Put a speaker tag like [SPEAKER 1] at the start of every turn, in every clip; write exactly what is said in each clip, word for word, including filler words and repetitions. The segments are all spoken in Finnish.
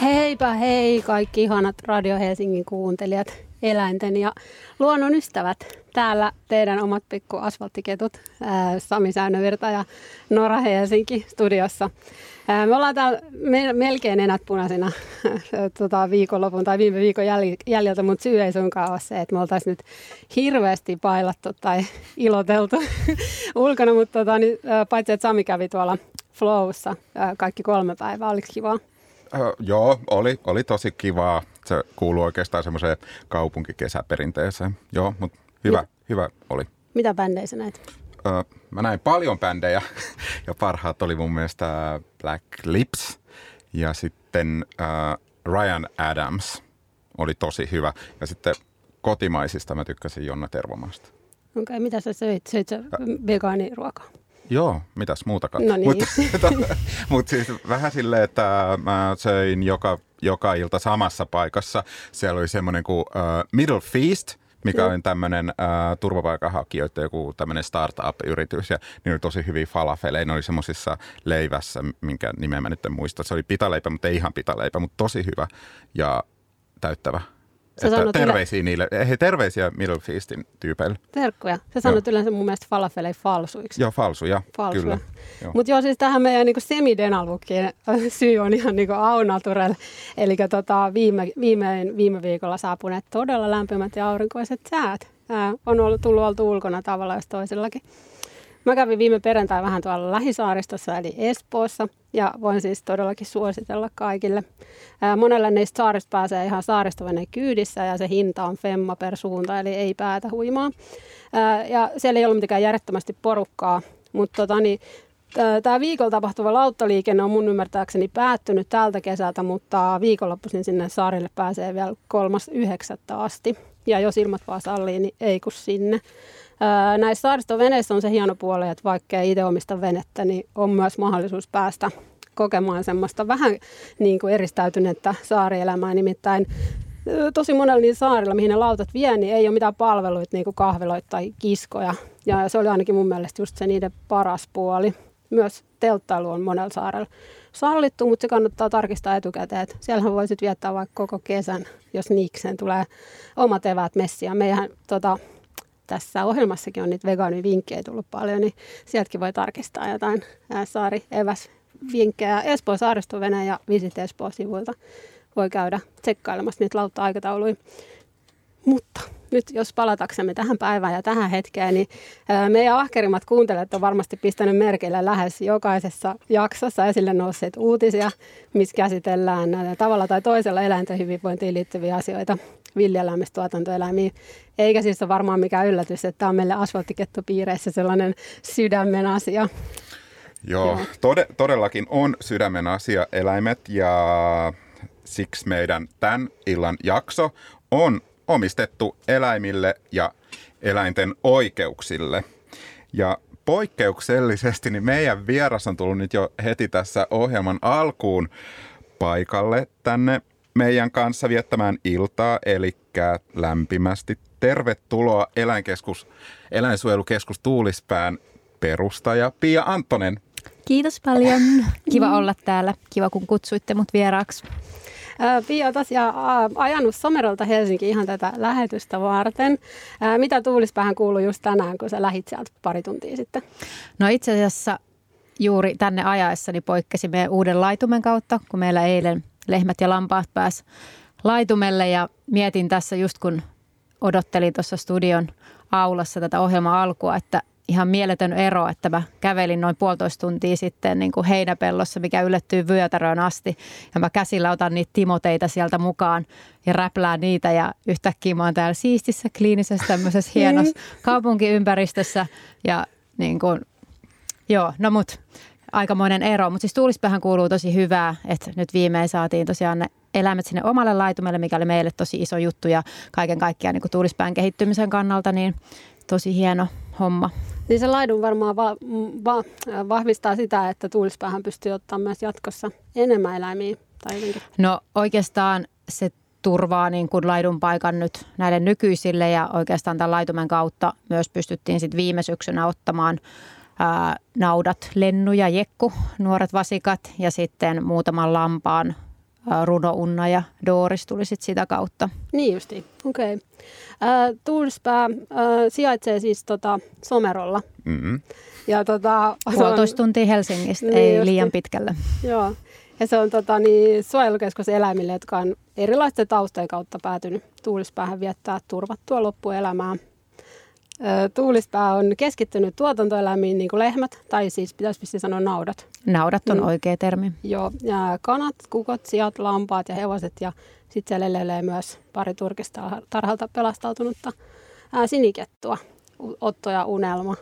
[SPEAKER 1] Heipä hei kaikki ihanat Radio Helsingin kuuntelijat, eläinten ja luonnon ystävät. Täällä teidän omat pikku asfalttiketut, ää, Sami Säynävirta ja Nora Helsinki studiossa. Ää, me ollaan täällä me, melkein enät punaisina tota, viikonlopun tai viime viikon jäl, jäljiltä, mutta syy ei suinkaan ole se, että me oltaisiin nyt hirveästi pailattu tai iloteltu ulkona, mutta tota, niin, ää, paitsi että Sami kävi tuolla Flowssa ää, kaikki kolme päivää, oliko kivaa?
[SPEAKER 2] Uh, joo, oli, oli tosi kivaa. Se kuuluu oikeastaan semmoiseen kaupunkikesäperinteeseen. Joo, mutta hyvä, hyvä oli.
[SPEAKER 1] Mitä bändejä sä näit?
[SPEAKER 2] Uh, mä näin paljon bändejä ja parhaat oli mun mielestä Black Lips ja sitten uh, Ryan Adams oli tosi hyvä. Ja sitten kotimaisista mä tykkäsin Jonna Tervomaasta.
[SPEAKER 1] Okei, okay, mitä sä söit? Söit sä vegaaniruokaa?
[SPEAKER 2] Joo, mitäs muutakaan.
[SPEAKER 1] No niin.
[SPEAKER 2] Mutta mut siis vähän silleen, että mä söin joka, joka ilta samassa paikassa. Siellä oli semmoinen kuin uh, Middle Feast, mikä mm. on tämmöinen uh, turvapaikanhakijoiden joku tämmöinen startup-yritys. Ja niillä oli tosi hyviä falafeleja. Ne oli semmoisissa leivässä, minkä nimeä mä nyt en muista. Se oli pitaleipä, mutta ei ihan pitaleipä, mutta tosi hyvä ja täyttävä. Että terveisiä yle... niille, hei terveisiä Middle Feastin tyypeille.
[SPEAKER 1] Terkkuja. Sä sanot yleensä mun mielestä falafeleja falsuiksi.
[SPEAKER 2] Joo, falsuja, falsuja. Kyllä.
[SPEAKER 1] Mutta joo, siis tähän meidän niinku semidenalvukkien syy on ihan niinku au naturel. Eli tota, viime, viime, viime viikolla saapuneet todella lämpimät ja aurinkoiset säät. Ää, on ollut, tullut oltu ulkona tavalla jos toisellakin. Mä kävin viime perjantai vähän tuolla lähisaaristossa eli Espoossa ja voin siis todellakin suositella kaikille. Ää, monelle niistä saarista pääsee ihan saaristoveneen kyydissä ja se hinta on femma per suunta eli ei päätä huimaa. Ää, ja siellä ei ollut mitenkään järjettömästi porukkaa, mutta tota, niin, tämä viikolla tapahtuva lauttaliikenne on mun ymmärtääkseni päättynyt tältä kesältä, mutta viikonloppuisin sinne saarille pääsee vielä kolmas yhdeksättä asti. Ja jos ilmat vaan sallii, niin ei kun sinne. Näissä saaristoveneissä on se hieno puoli, että vaikka ei itse omista venettä, niin on myös mahdollisuus päästä kokemaan semmoista vähän niin kuin eristäytynyttä saarielämää. Nimittäin tosi monella niillä saarilla, mihin ne lautat vie, niin ei ole mitään palveluita, niin kuin kahviloita tai kiskoja. Ja se oli ainakin mun mielestä just se niiden paras puoli. Myös telttailu on monella saarella sallittu, mutta se kannattaa tarkistaa etukäteen. Että siellähän voisit viettää vaikka koko kesän, jos niikseen tulee omat eväät messiin. Meidän tota, tässä ohjelmassakin on niitä vegaanivinkkejä tullut paljon, niin sieltäkin voi tarkistaa jotain saari-eväsvinkkejä. Espoon Saaristovene ja Visit Espoo-sivuilta voi käydä tsekkailemassa niitä lautta-aikatauluja. Mutta nyt jos palataksemme tähän päivään ja tähän hetkeen, niin meidän ahkerimmat kuuntelijat on varmasti pistänyt merkille lähes jokaisessa jaksossa esille nousseet uutisia, missä käsitellään tavalla tai toisella eläinten hyvinvointiin liittyviä asioita, villieläimistä tuotantoeläimiin. Eikä siis ole varmaan mikään yllätys, että tämä on meille asfalttikettupiireissä sellainen sydämen asia.
[SPEAKER 2] Joo, Joo. Tod- todellakin on sydämen asia eläimet ja siksi meidän tämän illan jakso on omistettu eläimille ja eläinten oikeuksille. Ja poikkeuksellisesti niin meidän vieras on tullut nyt jo heti tässä ohjelman alkuun paikalle tänne meidän kanssa viettämään iltaa, eli lämpimästi tervetuloa eläinkeskus, eläinsuojelukeskus Tuulispään perustaja Pia Anttonen.
[SPEAKER 3] Kiitos paljon. Kiva olla täällä. Kiva, kun kutsuitte mut vieraaksi.
[SPEAKER 1] Pia on tosiaan ajanut Somerolta Helsinkiin ihan tätä lähetystä varten. Mitä Tuulispäähän kuului just tänään, kun sä lähit sieltä pari tuntia sitten?
[SPEAKER 3] No itse asiassa juuri tänne ajaessani poikkesin meidän uuden laitumen kautta, kun meillä eilen lehmät ja lampaat pääsi laitumelle ja mietin tässä just kun odottelin tuossa studion aulassa tätä ohjelman alkua, että ihan mieletön ero, että mä kävelin noin puolitoista tuntia sitten niin kuin heinäpellossa, mikä ylettyy Vyötäröön asti. Ja mä käsillä otan niitä timoteita sieltä mukaan ja räplään niitä. Ja yhtäkkiä mä oon täällä siistissä, kliinisessä, tämmöisessä hienossa kaupunkiympäristössä. Ja niin kuin, joo, no mut aikamoinen ero. Mutta siis Tuulispäähän kuuluu tosi hyvää, että nyt viimein saatiin tosiaan ne eläimet sinne omalle laitumelle, mikä oli meille tosi iso juttu. Ja kaiken kaikkiaan niin kuin Tuulispään kehittymisen kannalta, niin tosi hieno homma.
[SPEAKER 1] Niin se laidun varmaan va- va- vahvistaa sitä, että Tuulispäähän pystyy ottamaan myös jatkossa enemmän eläimiä. Tai
[SPEAKER 3] no oikeastaan se turvaa niin kuin laidun paikan nyt näille nykyisille ja oikeastaan tämän laitumen kautta myös pystyttiin sitten viime syksynä ottamaan ää, naudat, Lennu ja Jekku, nuoret vasikat ja sitten muutaman lampaan Runo-Unna ja Dooris tuli sit sitä kautta.
[SPEAKER 1] Niin justiin, okei. Okay. Tuulispää äh, sijaitsee siis tota, Somerolla.
[SPEAKER 2] Mm-hmm.
[SPEAKER 1] Ja, tota,
[SPEAKER 3] Puolitoista tuntia Helsingistä, niin ei justi. Liian pitkälle.
[SPEAKER 1] Joo, ja se on tota, niin, suojelukeskus eläimille, jotka on erilaisten taustojen kautta päätynyt Tuulispäähän viettää turvattua loppuelämää. Tuulispää on keskittynyt tuotantoeläimiin, niin kuin lehmät, tai siis pitäisi sanoa naudat.
[SPEAKER 3] Naudat on
[SPEAKER 1] mm.
[SPEAKER 3] oikea termi.
[SPEAKER 1] Joo, ja kanat, kukot, siat, lampaat ja hevoset, ja sitten siellä elelee myös pari turkistarhalta pelastautunutta ää, sinikettua, Otto ja Unelma.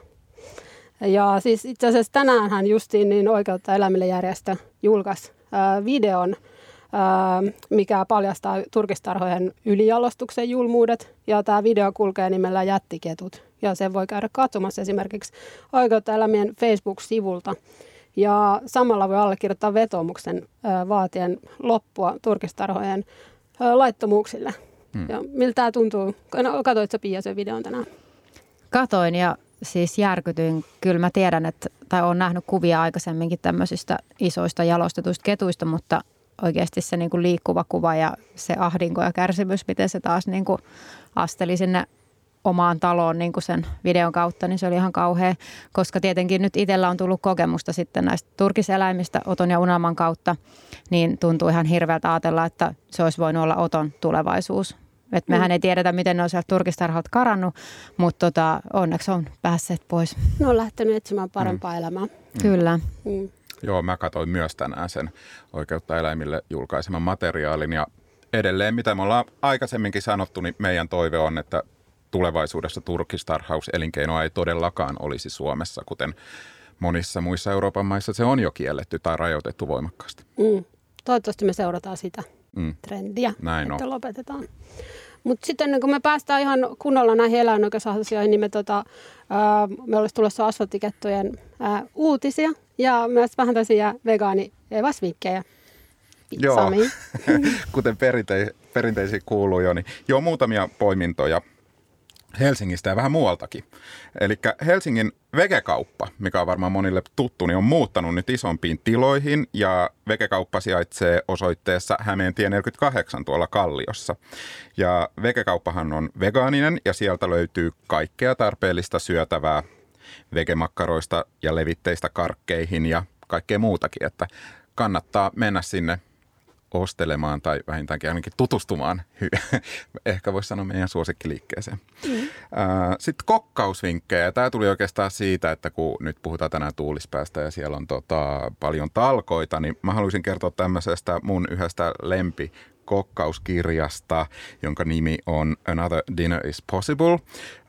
[SPEAKER 1] Ja siis itse asiassa tänäänhän justiin niin Oikeutta eläimille -järjestö julkaisi ää, videon, ää, mikä paljastaa turkistarhojen ylijalostuksen julmuudet. Ja tämä video kulkee nimellä Jättiketut. Ja sen voi käydä katsomassa esimerkiksi Oikeutta eläimien Facebook-sivulta. Ja samalla voi allekirjoittaa vetoomuksen ää, vaatien loppua turkistarhojen ää, laittomuuksille. Hmm. Ja miltä tämä tuntuu? Katoitko Pia sen videon tänään?
[SPEAKER 3] Katoin ja siis järkytyin. Kyllä mä tiedän, että, tai olen nähnyt kuvia aikaisemminkin tämmöisistä isoista jalostetuista ketuista, mutta oikeasti se niin kuin liikkuva kuva ja se ahdinko ja kärsimys, miten se taas niin kuin asteli sinne omaan taloon niin kuin sen videon kautta, niin se oli ihan kauhea, koska tietenkin nyt itsellä on tullut kokemusta sitten näistä turkiseläimistä Oton ja Unelman kautta, niin tuntuu ihan hirveältä ajatella, että se olisi voinut olla Oton tulevaisuus. Et mehän mm. ei tiedetä, miten ne on sieltä turkistarhalta karannut, mutta tota, onneksi on päässeet pois.
[SPEAKER 1] Ne on lähtenyt etsimään parempaa mm. elämää.
[SPEAKER 3] Mm. Kyllä.
[SPEAKER 1] Mm.
[SPEAKER 2] Joo, mä katsoin myös tänään sen Oikeutta eläimille julkaiseman materiaalin ja edelleen, mitä me ollaan aikaisemminkin sanottu, niin meidän toive on, että tulevaisuudessa turkistarhauselinkeinoa ei todellakaan olisi Suomessa, kuten monissa muissa Euroopan maissa se on jo kielletty tai rajoitettu voimakkaasti.
[SPEAKER 1] Mm. Toivottavasti me seurataan sitä mm. trendiä,
[SPEAKER 2] Näin
[SPEAKER 1] että
[SPEAKER 2] on.
[SPEAKER 1] lopetetaan. Mutta sitten kun me päästään ihan kunnolla näihin eläinoikeusasioihin, niin me, tota, ää, me olisi tulossa asfalttikettujen ää, uutisia ja myös vähän tällaisia vegaani-evasvinkkejä.
[SPEAKER 2] Joo, kuten perinte- perinteisiin kuuluu jo, niin joo, muutamia poimintoja Helsingistä ja vähän muualtakin. Eli Helsingin vegekauppa, mikä on varmaan monille tuttu, niin on muuttanut nyt isompiin tiloihin ja vegekauppa sijaitsee osoitteessa Hämeentie neljäkymmentäkahdeksan tuolla Kalliossa. Ja vegekauppahan on vegaaninen ja sieltä löytyy kaikkea tarpeellista syötävää vegemakkaroista ja levitteistä karkkeihin ja kaikkea muutakin, että kannattaa mennä sinne ostelemaan tai vähintäänkin ainakin tutustumaan, ehkä voisi sanoa meidän suosikkiliikkeeseen. Mm. Sitten kokkausvinkkejä. Tämä tuli oikeastaan siitä, että kun nyt puhutaan tänään Tuulispäästä ja siellä on tota paljon talkoita, niin mä haluaisin kertoa tämmöisestä mun yhdestä lempikokkauskirjasta, jonka nimi on Another Dinner is Possible.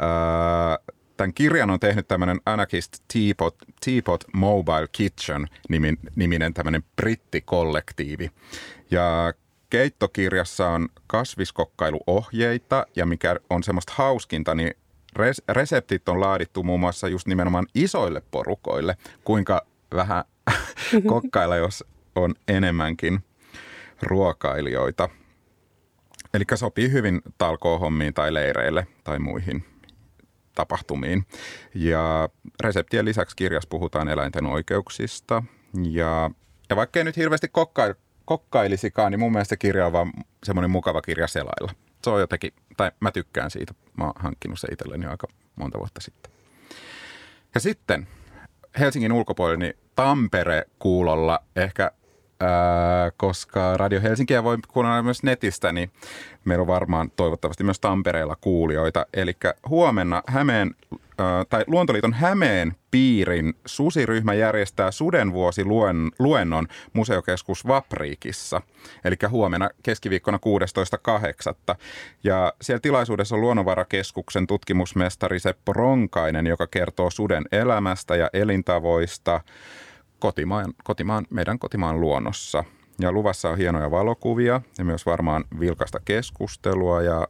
[SPEAKER 2] Tämän kirjan on tehnyt tämmöinen Anarchist Teapot, Teapot Mobile Kitchen niminen tämmöinen brittikollektiivi. Ja keittokirjassa on kasviskokkailuohjeita ja mikä on semmoista hauskinta, niin res- reseptit on laadittu muun muassa just nimenomaan isoille porukoille, kuinka vähän kokkailla, jos on enemmänkin ruokailijoita. Eli sopii hyvin talkoohommiin tai leireille tai muihin tapahtumiin. Ja reseptien lisäksi kirjassa puhutaan eläinten oikeuksista. Ja, ja vaikka ei nyt hirveästi kokka, kokkailisikaan, niin mun mielestä kirja on vaan semmoinen mukava kirja selailla. Se on jotenkin, tai mä tykkään siitä. Mä oon hankkinut se itselleni aika monta vuotta sitten. Ja sitten Helsingin ulkopuolella, niin Tampere kuulolla ehkä, ää, koska Radio Helsinkiä voi kuunnella myös netistä, niin meillä on varmaan toivottavasti myös Tampereella kuulijoita. Eli huomenna Hämeen, ää, tai Luontoliiton Hämeen piirin susiryhmä järjestää sudenvuosiluennon museokeskus Vapriikissa. Eli huomenna keskiviikkona kuudestoista kahdeksatta Ja siellä tilaisuudessa on Luonnonvarakeskuksen tutkimusmestari Seppo Ronkainen, joka kertoo suden elämästä ja elintavoista kotimaan, kotimaan, meidän kotimaan luonnossa. Ja luvassa on hienoja valokuvia ja myös varmaan vilkasta keskustelua ja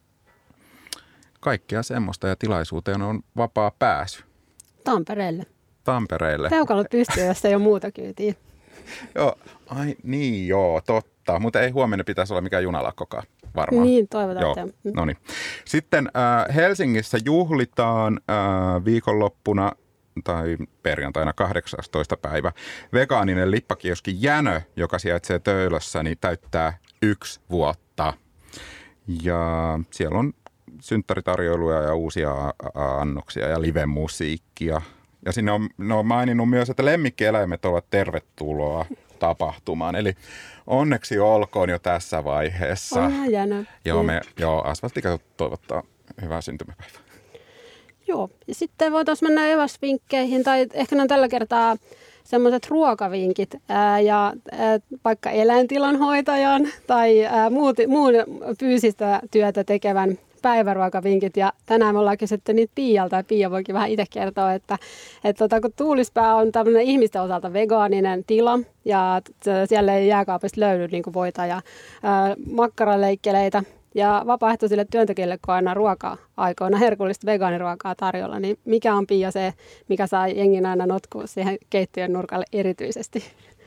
[SPEAKER 2] kaikkea semmoista. Ja tilaisuuteen on vapaa pääsy.
[SPEAKER 1] Tampereelle.
[SPEAKER 2] Tampereelle.
[SPEAKER 1] Peukalot pystyy, jos ei ole muuta kyytiä.
[SPEAKER 2] Joo, ai niin joo, totta. Mutta ei huomenna pitäisi olla mikään junalakkokaan varmaan.
[SPEAKER 1] Niin, toivotaan.
[SPEAKER 2] Joo, no niin. Sitten äh, Helsingissä juhlitaan äh, viikonloppuna tai perjantaina kahdeksastoista päivä. Vegaaninen lippakioski Jänö, joka sijaitsee Töölössä, niin täyttää yksi vuotta. Ja siellä on synttäritarjoiluja ja uusia annoksia ja live-musiikkia. Ja sinne on, ne on maininnut myös, että lemmikkieläimet ovat tervetuloa tapahtumaan. Eli onneksi olkoon jo tässä vaiheessa.
[SPEAKER 1] On ihan Jänö.
[SPEAKER 2] Joo, me, joo Asfalttikatot toivottaa hyvää syntymäpäivää.
[SPEAKER 1] Joo, ja sitten voitaisiin mennä eväsvinkkeihin, tai ehkä ne on tällä kertaa semmoiset ruokavinkit, ää, ja ää, vaikka eläintilanhoitajan tai ää, muut, muun fyysistä työtä tekevän päiväruokavinkit. Ja tänään me ollaan kysytty niitä Piialta, ja Pia voikin vähän itse kertoa, että, että tota, kun Tuulispää on tämmöinen ihmisten osalta vegaaninen tila, ja siellä ei jääkaapista löydy niin kuin voita ja ää, makkaraleikkeleitä, ja vapaaehtoisille työntekijöille, kun aina ruoka-aikoina herkullista vegaaniruokaa tarjolla, niin mikä on Pia se, mikä saa jengin aina notkua siihen keittiön nurkalle erityisesti?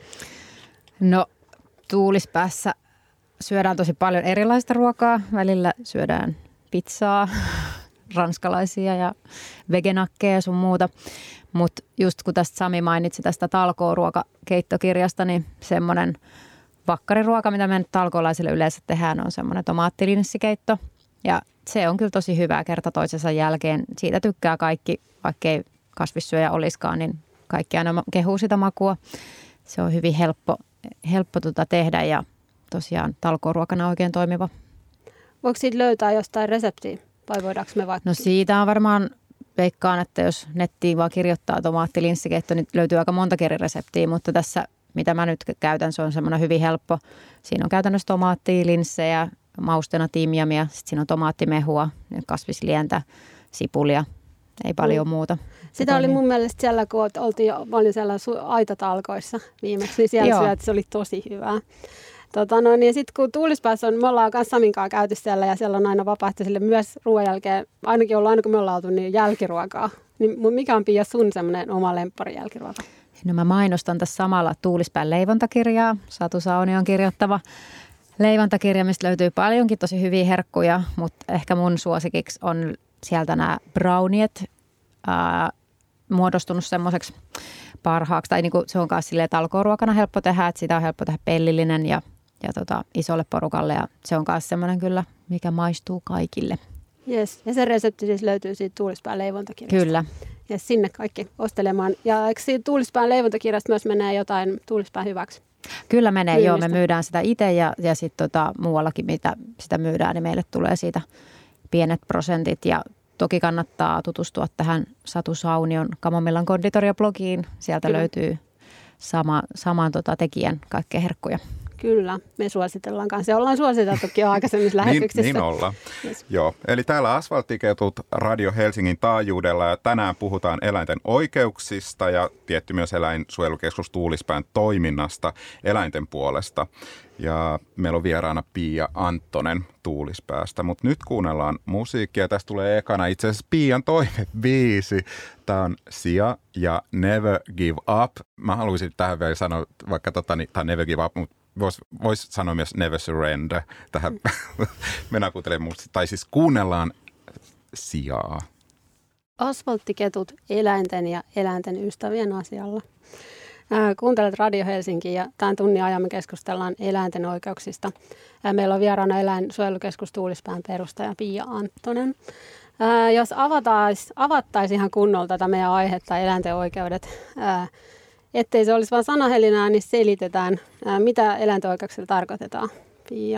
[SPEAKER 3] No Tuulispäässä syödään tosi paljon erilaista ruokaa. Välillä syödään pizzaa, ranskalaisia ja vegenakkeja ja sun muuta. Mutta just kun tästä Sami mainitsi tästä talkooruokakeittokirjasta, niin semmoinen vakkariruoka, mitä me nyt talkoolaisille yleensä tehdään, on semmoinen tomaattilinssikeitto. Ja se on kyllä tosi hyvää kerta toisensa jälkeen. Siitä tykkää kaikki, vaikka ei kasvissyöjä olisikaan, niin kaikki aina kehuu sitä makua. Se on hyvin helppo, helppo tuota tehdä ja tosiaan talkooruokana oikein toimiva.
[SPEAKER 1] Voiko siitä löytää jostain reseptiä vai voidaanko me vaikka?
[SPEAKER 3] No siitä on varmaan, veikkaan, että jos nettiin vaan kirjoittaa tomaattilinssikeitto, niin löytyy aika monta eri reseptiä, mutta tässä mitä mä nyt käytän, se on semmoinen hyvin helppo. Siinä on käytännössä tomaattia, linssejä, mausteena timjamia, sitten siinä on tomaattimehua, kasvislientä, sipulia, ei paljon mm. muuta.
[SPEAKER 1] Sitä toimii. Oli mun mielestä siellä, kun oltiin, olin siellä aitatalkoissa viimeksi, niin siellä syöt, se oli tosi hyvää. Tota, no, niin sitten kun Tuulispäässä on, me ollaan myös Samin kanssa käyty siellä ja siellä on aina vapaaehtoisille myös ruoan jälkeen, ainakin ollut aina kun me ollaan oltu, niin jälkiruokaa. Niin mikä on Pia sun semmoinen oma lemppari jälkiruoka?
[SPEAKER 3] No mä mainostan tässä samalla Tuulispään leivontakirjaa. Satu Sauni on kirjoittava leivontakirja, mistä löytyy paljonkin tosi hyviä herkkuja, mutta ehkä mun suosikiksi on sieltä nämä browniet ää, muodostunut semmoiseksi parhaaksi. Tai niinku, se on myös silleen talkooruokana helppo tehdä, että sitä on helppo tehdä pellillinen ja, ja tota, isolle porukalle. Ja se on myös semmoinen kyllä, mikä maistuu kaikille.
[SPEAKER 1] Yes. Ja se resepti siis löytyy siitä Tuulispään leivontakirjasta.
[SPEAKER 3] Kyllä.
[SPEAKER 1] Ja sinne kaikki ostelemaan. Ja eikö siitä Tuulispään leivontakirjasta myös menee jotain Tuulispään hyväksi?
[SPEAKER 3] Kyllä menee, myymistä. Joo. Me myydään sitä itse ja, ja sitten tota, muuallakin, mitä sitä myydään, niin meille tulee siitä pienet prosentit. Ja toki kannattaa tutustua tähän Satu Saunion Kamomillan konditoria-blogiin. Sieltä Kyllä. löytyy sama, saman tota, tekijän kaikkea herkkuja.
[SPEAKER 1] Kyllä, me suositellaan kanssa. Ja ollaan suositeltukin jo aikaisemmissa lähetyksissä.
[SPEAKER 2] Niin, niin ollaan. Yes. Joo. Eli täällä Asfalttiketut Radio Helsingin taajuudella ja tänään puhutaan eläinten oikeuksista ja tietty myös Eläinsuojelukeskus Tuulispään toiminnasta eläinten puolesta. Ja meillä on vieraana Pia Anttonen Tuulispäästä, mutta nyt kuunnellaan musiikkia. Tästä tulee ekana itse asiassa Pian toivebiisi. Tämä on Sia ja Never Give Up. Mä haluaisin tähän vielä sanoa, vaikka tota, niin, tämä on Never Give Up, mutta voisi vois sanoa myös Never Surrender. Tähän mennään kuuntelemaan musta, tai siis kuunnellaan Siaa.
[SPEAKER 1] Asfalttiketut eläinten ja eläinten ystävien asialla. Kuuntelet Radio Helsinki ja tämän tunnin ajan me keskustellaan eläinten oikeuksista. Meillä on vieraana Eläinsuojelukeskus Tuulispään perustaja Pia Anttonen. Jos avattaisiin avattaisi ihan kunnolla tätä meidän aihetta, eläinten oikeudet, ettei se olisi vain sanahelinää, niin selitetään, mitä eläinten oikeuksilla tarkoitetaan. Pia.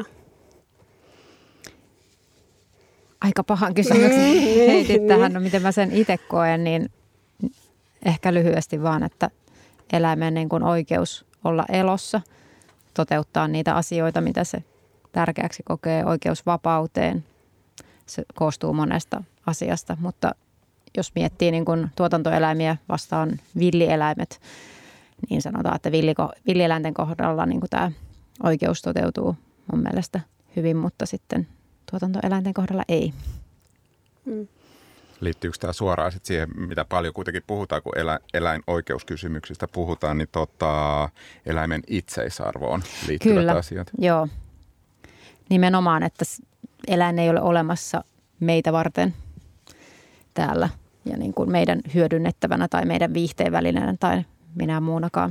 [SPEAKER 3] Aika pahan kysymyksen heitit tähän, no miten mä sen itse koen, niin ehkä lyhyesti vaan, että eläimen niin kuin oikeus olla elossa, toteuttaa niitä asioita, mitä se tärkeäksi kokee, oikeus vapauteen. Se koostuu monesta asiasta, mutta jos miettii niin kuin tuotantoeläimiä vastaan villieläimet, niin sanotaan, että villiko, villieläinten kohdalla niin kuin tämä oikeus toteutuu mun mielestä hyvin, mutta sitten tuotantoeläinten kohdalla ei.
[SPEAKER 1] Mm.
[SPEAKER 2] Liittyykö tämä suoraan sit siihen, mitä paljon kuitenkin puhutaan, kun elä, eläinoikeuskysymyksistä puhutaan, niin tota, eläimen itseisarvoon liittyvät
[SPEAKER 3] Kyllä,
[SPEAKER 2] asiat?
[SPEAKER 3] Joo. Nimenomaan, että eläin ei ole olemassa meitä varten täällä ja niin kuin meidän hyödynnettävänä tai meidän viihteen välineenä tai minä muunakaan.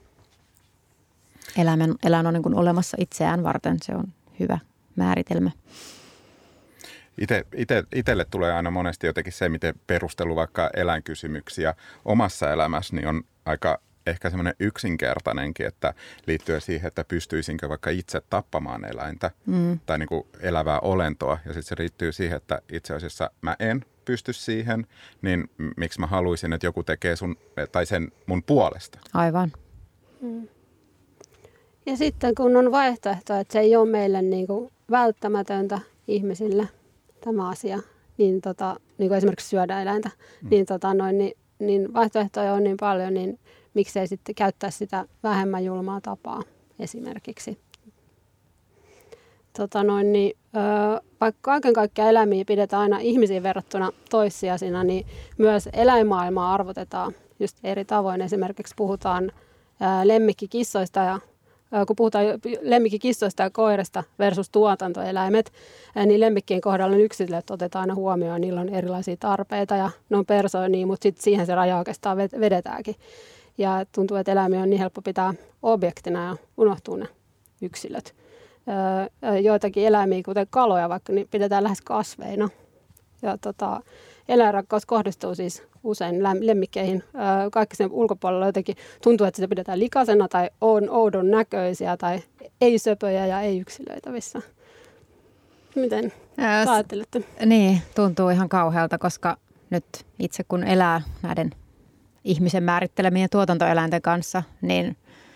[SPEAKER 3] Elämän, eläin on niin kuin olemassa itseään varten, se on hyvä määritelmä.
[SPEAKER 2] Ite, ite, itelle tulee aina monesti jotenkin se, miten perustelu vaikka eläinkysymyksiä omassa elämässäni on aika ehkä semmoinen yksinkertainenkin, että liittyen siihen, että pystyisinkö vaikka itse tappamaan eläintä mm. tai niin kuin elävää olentoa. Ja sitten se liittyy siihen, että itse asiassa mä en pysty siihen, niin miksi mä haluaisin, että joku tekee sun, tai sen mun puolesta.
[SPEAKER 3] Aivan.
[SPEAKER 1] Mm. Ja sitten kun on vaihtoehto, että se ei ole meille niin kuin välttämätöntä ihmisille tämä asia, niin, tota, niin kuin esimerkiksi syödä eläintä, mm. niin, tota, noin, niin, niin vaihtoehtoja on niin paljon, niin miksei sitten käyttää sitä vähemmän julmaa tapaa esimerkiksi. Tota noin, niin, ö, vaikka kaiken kaikkiaan eläimiä pidetään aina ihmisiin verrattuna toissijaisina, niin myös eläinmaailmaa arvotetaan just eri tavoin. Esimerkiksi puhutaan ö, lemmikkikissoista ja kun puhutaan lemmikkikissoista ja koirista versus tuotantoeläimet, niin lemmikkien kohdalla yksilöt otetaan aina huomioon, niillä on erilaisia tarpeita ja ne on persoonia, mutta sitten siihen se raja oikeastaan vedetäänkin. Ja tuntuu, että eläimiä on niin helppo pitää objektina ja unohtuu ne yksilöt. Joitakin eläimiä, kuten kaloja vaikka, niin pidetään lähes kasveina. Ja tota, eläinrakkaus kohdistuu siis usein lemmikkeihin. Kaikki sen ulkopuolella jotenkin tuntuu, että sitä pidetään likaisena tai on oudon näköisiä tai ei söpöjä ja ei yksilöitävissä. Miten
[SPEAKER 3] Ää,
[SPEAKER 1] ajattelette?
[SPEAKER 3] Niin, tuntuu ihan kauhealta, koska nyt itse kun elää näiden ihmisen määrittelemien tuotantoeläinten kanssa, niin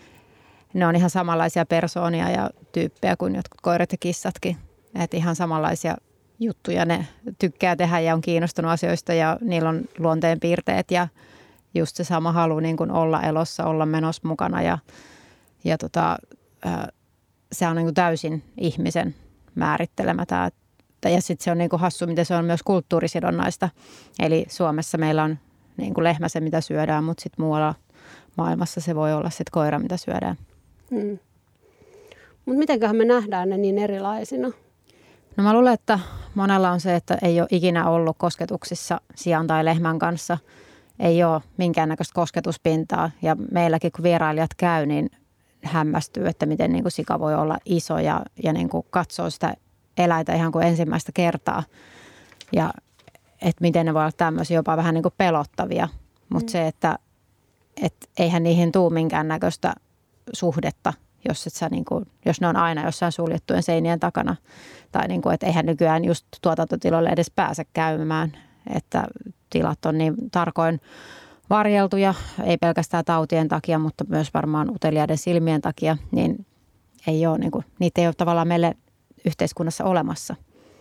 [SPEAKER 3] ne on ihan samanlaisia persoonia ja tyyppejä kuin jotkut koirat ja kissatkin. Että ihan samanlaisia juttuja ne tykkää tehdä ja on kiinnostunut asioista ja niillä on luonteen piirteet ja just se sama halu niin kuin olla elossa, olla menossa mukana ja, ja tota, ää, se on niin kuin täysin ihmisen määrittelemä tämä. Ja sitten se on niin kuin hassu, miten se on myös kulttuurisidonnaista. Eli Suomessa meillä on niin kuin lehmä se, mitä syödään, mutta sitten muualla maailmassa se voi olla sitten koira, mitä syödään.
[SPEAKER 1] Hmm. Mutta mitenköhän me nähdään ne niin erilaisina?
[SPEAKER 3] No mä luulen, että monella on se, että ei ole ikinä ollut kosketuksissa sian tai lehmän kanssa. Ei ole minkäännäköistä kosketuspintaa ja meilläkin kun vierailijat käy, niin hämmästyy, että miten niin kuin sika voi olla iso ja, ja niin kuin katsoo sitä eläintä ihan kuin ensimmäistä kertaa. Ja että miten ne voi olla tämmöisiä jopa vähän niin kuin pelottavia. Mutta mm. se, että et eihän niihin tule minkäännäköistä suhdetta, jos, et sä niin kuin, jos ne on aina jossain suljettujen seinien takana. Tai niin kuin, että eihän nykyään just tuotantotiloille edes pääse käymään, että tilat on niin tarkoin varjeltuja, ei pelkästään tautien takia, mutta myös varmaan uteliaiden silmien takia, niin ei ole, niin kuin, niitä ei ole tavallaan meille yhteiskunnassa olemassa.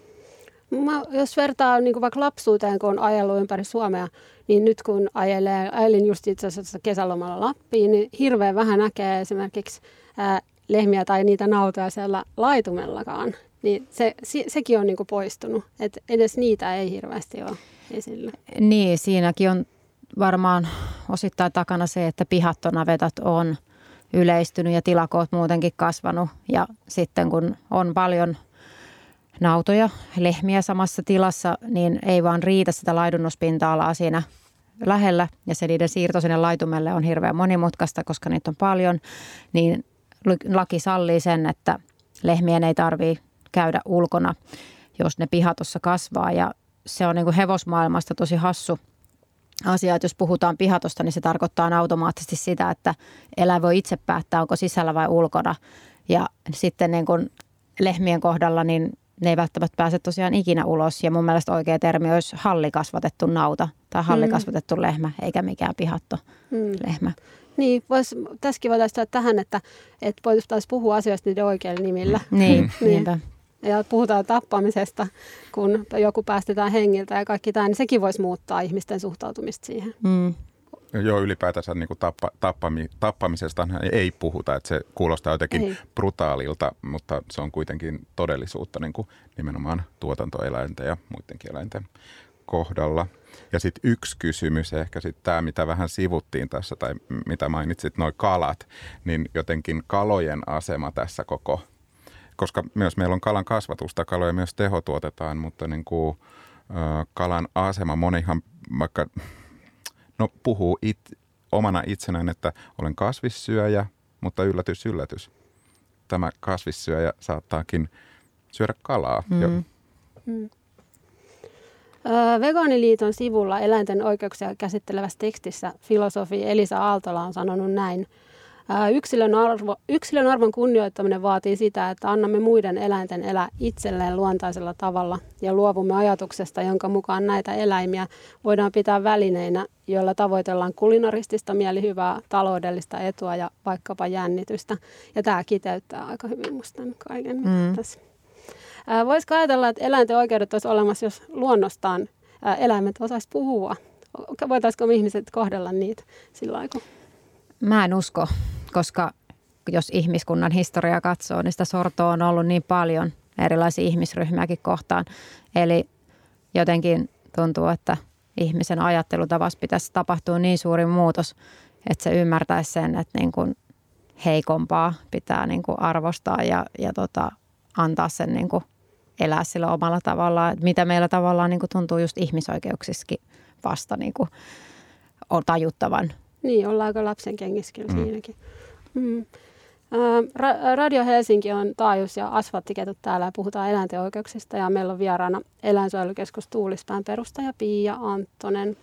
[SPEAKER 1] Mä, jos vertaa niin kuin vaikka lapsuuteen, kun on ajellut ympäri Suomea, niin nyt kun ajelee, ajelin just itse asiassa kesälomalla Lappiin, niin hirveän vähän näkee esimerkiksi ää, lehmiä tai niitä nautoja siellä laitumellakaan. Niin se, se, sekin on niin kuin poistunut, että edes niitä ei hirveästi ole esillä.
[SPEAKER 3] Niin, siinäkin on varmaan osittain takana se, että pihattonavetat on yleistynyt ja tilakoot muutenkin kasvanut. Ja sitten kun on paljon nautoja, lehmiä samassa tilassa, niin ei vaan riitä sitä laidunnuspinta-alaa siinä lähellä. Ja se niiden siirto sinne laitumelle on hirveän monimutkaista, koska niitä on paljon. Niin laki sallii sen, että lehmien ei tarvitse käydä ulkona, jos ne pihatossa kasvaa. Ja se on niin kuin hevosmaailmasta tosi hassu asia, että jos puhutaan pihatosta, niin se tarkoittaa automaattisesti sitä, että eläin voi itse päättää, onko sisällä vai ulkona. Ja sitten niin kuin lehmien kohdalla, niin ne ei välttämättä pääse tosiaan ikinä ulos. Ja mun mielestä oikea termi olisi hallikasvatettu nauta tai hallikasvatettu mm. lehmä, eikä mikään pihatto mm. lehmä.
[SPEAKER 1] Niin, vois, tässäkin voitaisiin tähän, että, että voitaisiin puhua asioista niiden oikeilla nimillä.
[SPEAKER 3] Niin, niinpä.
[SPEAKER 1] Ja puhutaan tappamisesta, kun joku päästetään hengiltä ja kaikki tämä, niin sekin voisi muuttaa ihmisten suhtautumista siihen.
[SPEAKER 3] Mm.
[SPEAKER 2] Joo, ylipäätänsä niin kuin tappa, tappami, tappamisesta ei puhuta, että se kuulostaa jotenkin ei. brutaalilta, mutta se on kuitenkin todellisuutta niin kuin nimenomaan tuotantoeläinten ja muidenkin eläinten kohdalla. Ja sitten yksi kysymys, ehkä sitten tämä, mitä vähän sivuttiin tässä tai mitä mainitsit, noi kalat, niin jotenkin kalojen asema tässä koko, koska myös meillä on kalan kasvatusta, kaloja myös tehotuotetaan, mutta niin kuin, ö, kalan asema, monihan vaikka no, puhuu it, omana itsenään, että olen kasvissyöjä, mutta yllätys, yllätys. Tämä kasvissyöjä saattaakin syödä kalaa.
[SPEAKER 3] Mm.
[SPEAKER 1] Mm. Vegaaniliiton sivulla eläinten oikeuksia käsittelevässä tekstissä filosofi Elisa Aaltola on sanonut näin. Yksilön, arvo, yksilön arvon kunnioittaminen vaatii sitä, että annamme muiden eläinten elää itselleen luontaisella tavalla ja luovumme ajatuksesta, jonka mukaan näitä eläimiä voidaan pitää välineinä, joilla tavoitellaan kulinaristista mielihyvää, taloudellista etua ja vaikkapa jännitystä. Ja tämä kiteyttää aika hyvin musta kaiken mm. tässä. Voisiko ajatella, että eläinten oikeudet olisi olemassa, jos luonnostaan eläimet osaisi puhua? Voitaisiko ihmiset kohdella niitä sillä lailla?
[SPEAKER 3] Mä en usko, koska jos ihmiskunnan historiaa katsoo, niin sitä sortoa on ollut niin paljon erilaisia ihmisryhmiäkin kohtaan. Eli jotenkin tuntuu, että ihmisen ajattelutavassa pitäisi tapahtua niin suuri muutos, että se ymmärtäisi sen, että niin kuin heikompaa pitää niin kuin arvostaa ja, ja tota, antaa sen niin kuin elää sillä omalla tavallaan. Mitä meillä tavallaan niin kuin tuntuu just ihmisoikeuksissakin vasta niin kuin on tajuttavan.
[SPEAKER 1] Niin, ollaan aika lapsen kengissä kyllä mm. siinäkin. Mm. Ra- Radio Helsinki on taajuus- ja asfalttiketut täällä ja puhutaan eläinten oikeuksista. Ja meillä on vieraana Eläinsuojelukeskus Tuulispään perustaja Pia Anttonen.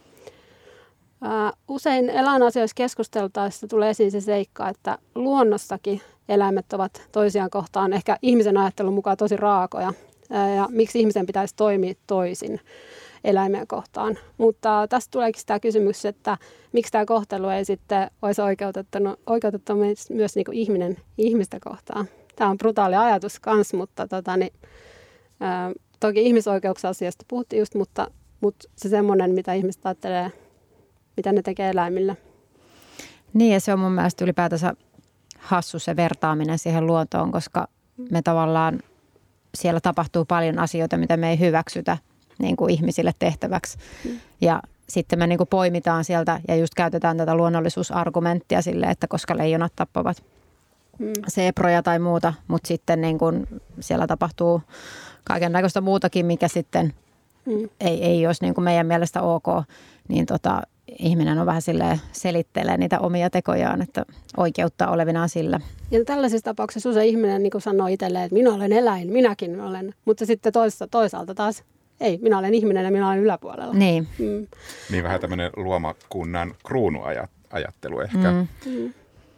[SPEAKER 1] Usein eläinasioissa keskusteltaessa tulee esiin se seikka, että luonnossakin eläimet ovat toisiaan kohtaan ehkä ihmisen ajattelun mukaan tosi raakoja. Ja miksi ihmisen pitäisi toimia toisin eläimiä kohtaan. Mutta tästä tuleekin sitä kysymys, että miksi tämä kohtelu ei sitten olisi oikeutettu, oikeutettu myös niin kuin ihminen ihmistä kohtaan. Tämä on brutaali ajatus kanssa, mutta tota, niin, ää, toki ihmisoikeusasiasta puhuttiin just, mutta, mutta se semmoinen, mitä ihmiset ajattelee, mitä ne tekee eläimille.
[SPEAKER 3] Niin, ja se on mun mielestä ylipäätänsä hassu se vertaaminen siihen luontoon, koska me tavallaan siellä tapahtuu paljon asioita, mitä me ei hyväksytä niin kuin ihmisille tehtäväksi. Mm. Ja sitten me niin kuin poimitaan sieltä ja just käytetään tätä luonnollisuusargumenttia sille, että koska leijonat tappavat mm. seeproja tai muuta, mutta sitten niin kuin siellä tapahtuu kaikenlaista muutakin, mikä sitten mm. ei, ei olisi niin kuin meidän mielestä ok, niin tota, ihminen on vähän silleen selittelee niitä omia tekojaan, että oikeutta olevinaan sillä.
[SPEAKER 1] Ja tällaisissa tapauksissa usein ihminen niin kuin sanoo itselleen, että minä olen eläin, minäkin olen, mutta sitten toisaalta, toisaalta taas ei, minä olen ihminen ja minä olen yläpuolella.
[SPEAKER 3] Niin.
[SPEAKER 1] Mm.
[SPEAKER 2] Niin vähän tämmöinen luomakunnan kruunuajattelu ehkä. Mm. Mm.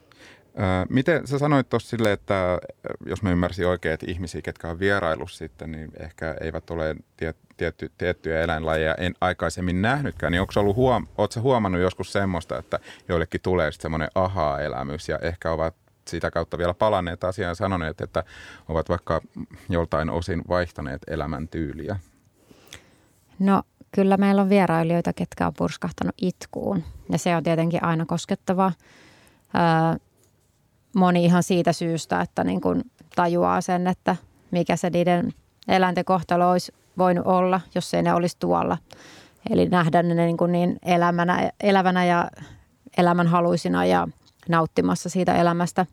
[SPEAKER 2] Miten sä sanoit tuossa silleen, että jos mä ymmärsin oikein, että ihmisiä, ketkä on vierailut sitten, niin ehkä eivät ole tiet, tietty, tiettyjä eläinlajeja en aikaisemmin nähnytkään, niin onko ollut huom, ootko sä huomannut joskus semmoista, että joillekin tulee sitten semmoinen ahaa-elämys ja ehkä ovat sitä kautta vielä palanneet asiaan ja sanoneet, että ovat vaikka joltain osin vaihtaneet elämäntyyliä?
[SPEAKER 3] No kyllä meillä on vierailijoita, ketkä on purskahtanut itkuun ja se on tietenkin aina koskettavaa. Öö, moni ihan siitä syystä, että niin kuin tajuaa sen, että mikä se niiden eläinten kohtalo olisi voinut olla, jos ei ne olisi tuolla. Eli nähdä ne niin, kuin niin elämänä, elävänä ja elämänhaluisina ja nauttimassa siitä elämästä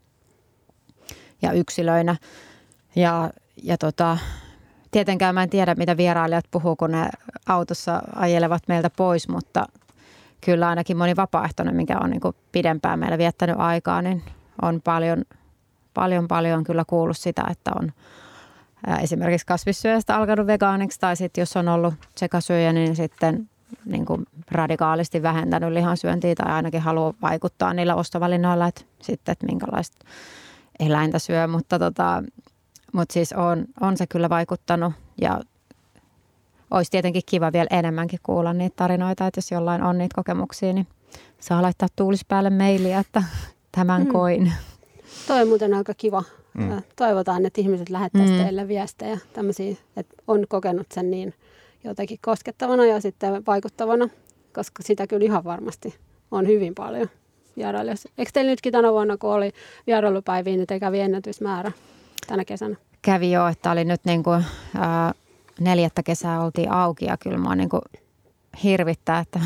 [SPEAKER 3] ja yksilöinä. Ja, ja tota, tietenkään mä en tiedä, mitä vierailijat puhuu, kun ne autossa ajelevat meiltä pois, mutta kyllä ainakin moni vapaaehtoinen, mikä on niin kuin pidempään meillä viettänyt aikaa, niin on paljon, paljon, paljon kyllä kuullut sitä, että on esimerkiksi kasvissyöjästä alkanut vegaaniksi tai sitten jos on ollut sekasyöjä, niin sitten niin kuin radikaalisti vähentänyt lihansyöntiä tai ainakin haluaa vaikuttaa niillä ostovalinnoilla, että sitten, että minkälaista eläintä syö, mutta, tota, mutta siis on, on se kyllä vaikuttanut ja olisi tietenkin kiva vielä enemmänkin kuulla niitä tarinoita, että jos jollain on niitä kokemuksia, niin saa laittaa Tuulispäälle mailia, että tämän mm. koin.
[SPEAKER 1] Toi on muuten aika kiva. Mm. Toivotaan, että ihmiset lähettäisivät mm. teille viestejä, tämmöisiä, että on kokenut sen niin jotenkin koskettavana ja sitten vaikuttavana, koska sitä kyllä ihan varmasti on hyvin paljon vierailijoissa. Eikö teillä nytkin tänä vuonna, kun oli vierailupäiviä, niin te kävi ennätysmäärä tänä kesänä?
[SPEAKER 3] Kävi jo, että oli nyt niin kuin, ää, neljättä kesää oltiin auki ja kyllä mua niin kuin hirvittää, että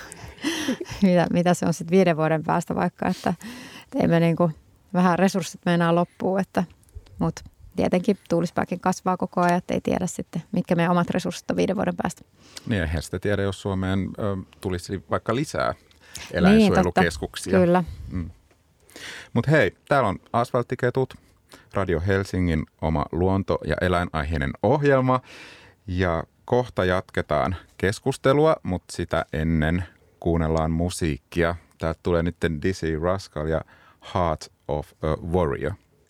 [SPEAKER 3] mitä, mitä se on sitten viiden vuoden päästä vaikka, että teemme niin kuin vähän resurssit meinaa loppuun, että, mutta tietenkin tuulispääkin kasvaa koko ajan, että ei tiedä sitten, mitkä meidän omat resurssit on viiden vuoden päästä.
[SPEAKER 2] Niin, eihän sitä tiedä, jos Suomeen ö, tulisi vaikka lisää eläinsuojelukeskuksia.
[SPEAKER 3] Niin, kyllä.
[SPEAKER 2] Mm. Mutta hei, täällä on Asfalttiketut, Radio Helsingin oma luonto- ja eläinaiheinen ohjelma. Ja kohta jatketaan keskustelua, mutta sitä ennen kuunnellaan musiikkia. Täältä tulee nyt Dizzy Rascal ja Heart of a Warrior.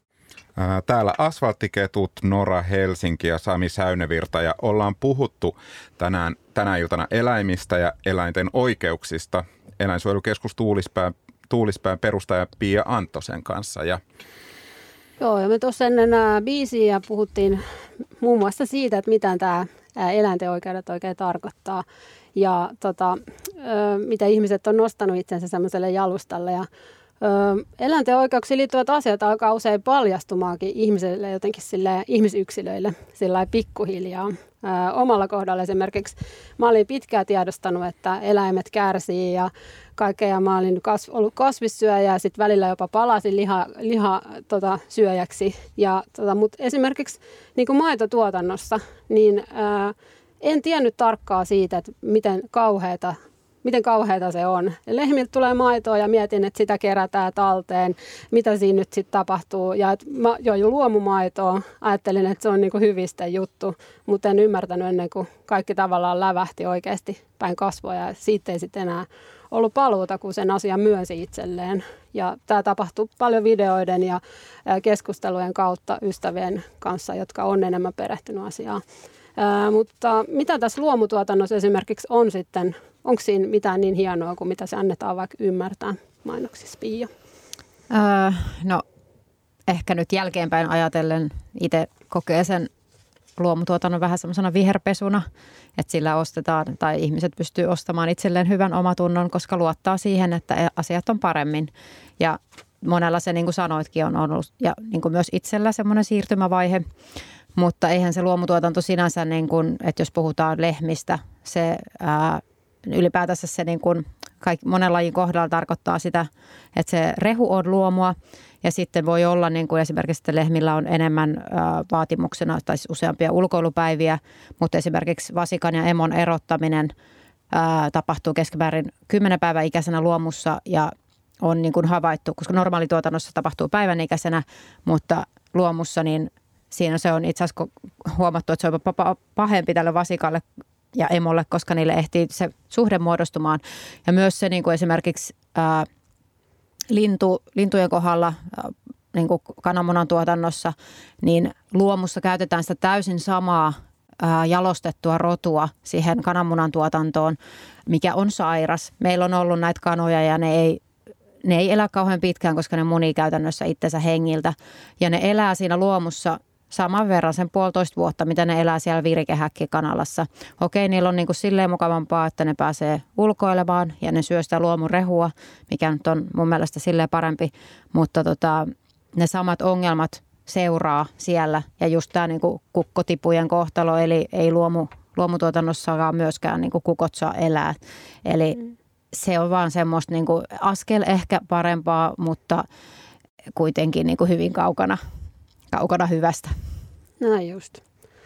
[SPEAKER 2] Täällä Asfalttiketut, Nora Helsinki ja Sami Säynevirta ja ollaan puhuttu tänään, tänä iltana eläimistä ja eläinten oikeuksista Eläinsuojelukeskus Tuulispään, Tuulispään perustaja Pia Anttosen kanssa. Ja
[SPEAKER 1] Joo, ja me tuossa ennen biisiä puhuttiin muun muassa siitä, että mitä tämä eläinten oikeudet oikein tarkoittaa ja tota, mitä ihmiset on nostanut itsensä semmoiselle jalustalle. Ja eläinten oikeuksiin liittyvät asiat alkaa usein paljastumaankin ihmisille, jotenkin sille ihmisyksilöille sillä pikkuhiljaa. Ää, omalla kohdalla esimerkiksi mä olin pitkään tiedostanut, että eläimet kärsii ja kaikkea. Mä olin kas, ollut kasvissyöjä ja sitten välillä jopa palasin liha, liha tota, syöjäksi. Ja, tota, mutta esimerkiksi niin kuin maitotuotannossa, niin ää, en tiennyt tarkkaa siitä, että miten kauheata Miten kauheata se on. Lehmiltä tulee maitoa ja mietin, että sitä kerätään talteen, mitä siinä nyt sitten tapahtuu. Ja että mä join luomumaitoa, ajattelin, että se on niinku hyvistä juttu, mutta en ymmärtänyt ennen kuin kaikki tavallaan lävähti oikeasti päin kasvoja. Ja siitä ei sitten enää ollut paluuta, kun sen asian myönsi itselleen. Ja tämä tapahtuu paljon videoiden ja keskustelujen kautta ystävien kanssa, jotka on enemmän perehtynyt asiaan. Ää, mutta mitä tässä luomutuotannossa esimerkiksi on sitten? Onko siinä mitään niin hienoa kuin mitä se annetaan vaikka ymmärtää mainoksissa, Pia?
[SPEAKER 3] Öö, no ehkä nyt jälkeenpäin ajatellen itse kokee sen luomutuotannon vähän semmoisena viherpesuna, että sillä ostetaan tai ihmiset pystyy ostamaan itselleen hyvän omatunnon, koska luottaa siihen, että asiat on paremmin. Ja monella se, niin kuin sanoitkin, on ollut ja niin kuin myös itsellä semmoinen siirtymävaihe. Mutta eihän se luomutuotanto sinänsä, niin kuin, että jos puhutaan lehmistä, se ää, ylipäätänsä se niin kuin kaikki, monen lajin kohdalla tarkoittaa sitä, että se rehu on luomua ja sitten voi olla niin kuin esimerkiksi, että lehmillä on enemmän ää, vaatimuksena tai siis useampia ulkoilupäiviä, mutta esimerkiksi vasikan ja emon erottaminen ää, tapahtuu keskimäärin kymmenen päivän ikäisenä luomussa ja on niin kuin havaittu, koska normaalituotannossa tapahtuu päivän ikäisenä, mutta luomussa niin siinä se on itse asiassa huomattu, että se on pahempi tälle vasikalle ja emolle, koska niille ehtii se suhde muodostumaan. Ja myös se niin kuin esimerkiksi ää, lintu, lintujen kohdalla, ää, niin kuin kananmunan tuotannossa, niin luomussa käytetään sitä täysin samaa ää, jalostettua rotua siihen kananmunan tuotantoon, mikä on sairas. Meillä on ollut näitä kanoja ja ne ei Ne ei elä kauhean pitkään, koska ne munii käytännössä itsensä hengiltä. Ja ne elää siinä luomussa saman verran sen puolitoista vuotta, mitä ne elää siellä virikehäkkikanalassa. Okei, niillä on niin kuin silleen mukavampaa, että ne pääsee ulkoilemaan ja ne syö sitä luomurehua, mikä nyt on mun mielestä silleen parempi. Mutta tota, ne samat ongelmat seuraa siellä. Ja just tämä niin kuin kukkotipujen kohtalo, eli ei luomu, luomutuotannossakaan myöskään niin kuin kukot saa elää. Eli mm. se on vaan semmoista niin kuin askel ehkä parempaa, mutta kuitenkin niin kuin hyvin kaukana, kaukana hyvästä.
[SPEAKER 1] Näin just.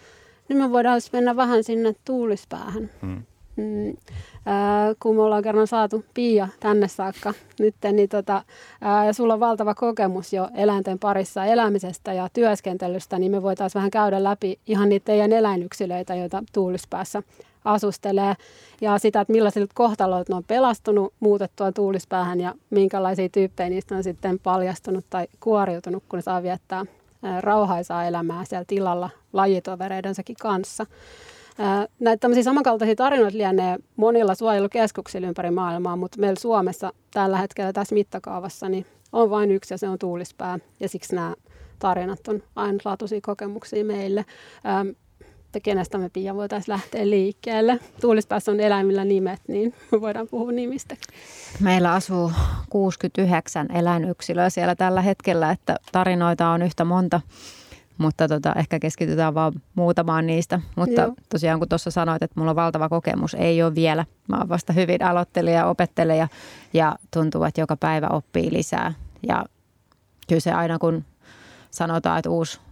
[SPEAKER 1] Nyt me voidaan mennä vähän sinne Tuulispäähän. Hmm. Mm. Äh, kun me ollaan kerran saatu Pia tänne saakka nyt, niin tota, ää, ja sulla on valtava kokemus jo eläinten parissa elämisestä ja työskentelystä, niin me voitaisiin vähän käydä läpi ihan niitä teidän eläinyksilöitä, joita Tuulispäässä asustelee ja sitä, että millaisilta kohtaloilta ne on pelastunut muutettua Tuulispäähän ja minkälaisia tyyppejä niistä on sitten paljastunut tai kuoriutunut, kun ne saa viettää ää, rauhaisaa elämää siellä tilalla lajitovereidensakin kanssa. Ää, näitä tämmöisiä samankaltaisia tarinoita lienee monilla suojelukeskuksilla ympäri maailmaa, mutta meillä Suomessa tällä hetkellä tässä mittakaavassa niin on vain yksi ja se on Tuulispää ja siksi nämä tarinat on ainutlaatuisia kokemuksia meille. Ää, kenestä me Pia voitaisiin lähteä liikkeelle. Tuulispäässä on eläimillä nimet, niin me voidaan puhua nimistä.
[SPEAKER 3] Meillä asuu kuusikymmentäyhdeksän eläinyksilöä siellä tällä hetkellä, että tarinoita on yhtä monta, mutta tota, ehkä keskitytään vaan muutamaan niistä. Mutta Joo. tosiaan kun tuossa sanoit, että mulla on valtava kokemus, ei ole vielä. Mä oon vasta hyvin aloittelija ja opettelija ja tuntuu, että joka päivä oppii lisää. Ja kyllä se aina kun sanotaan, että uusi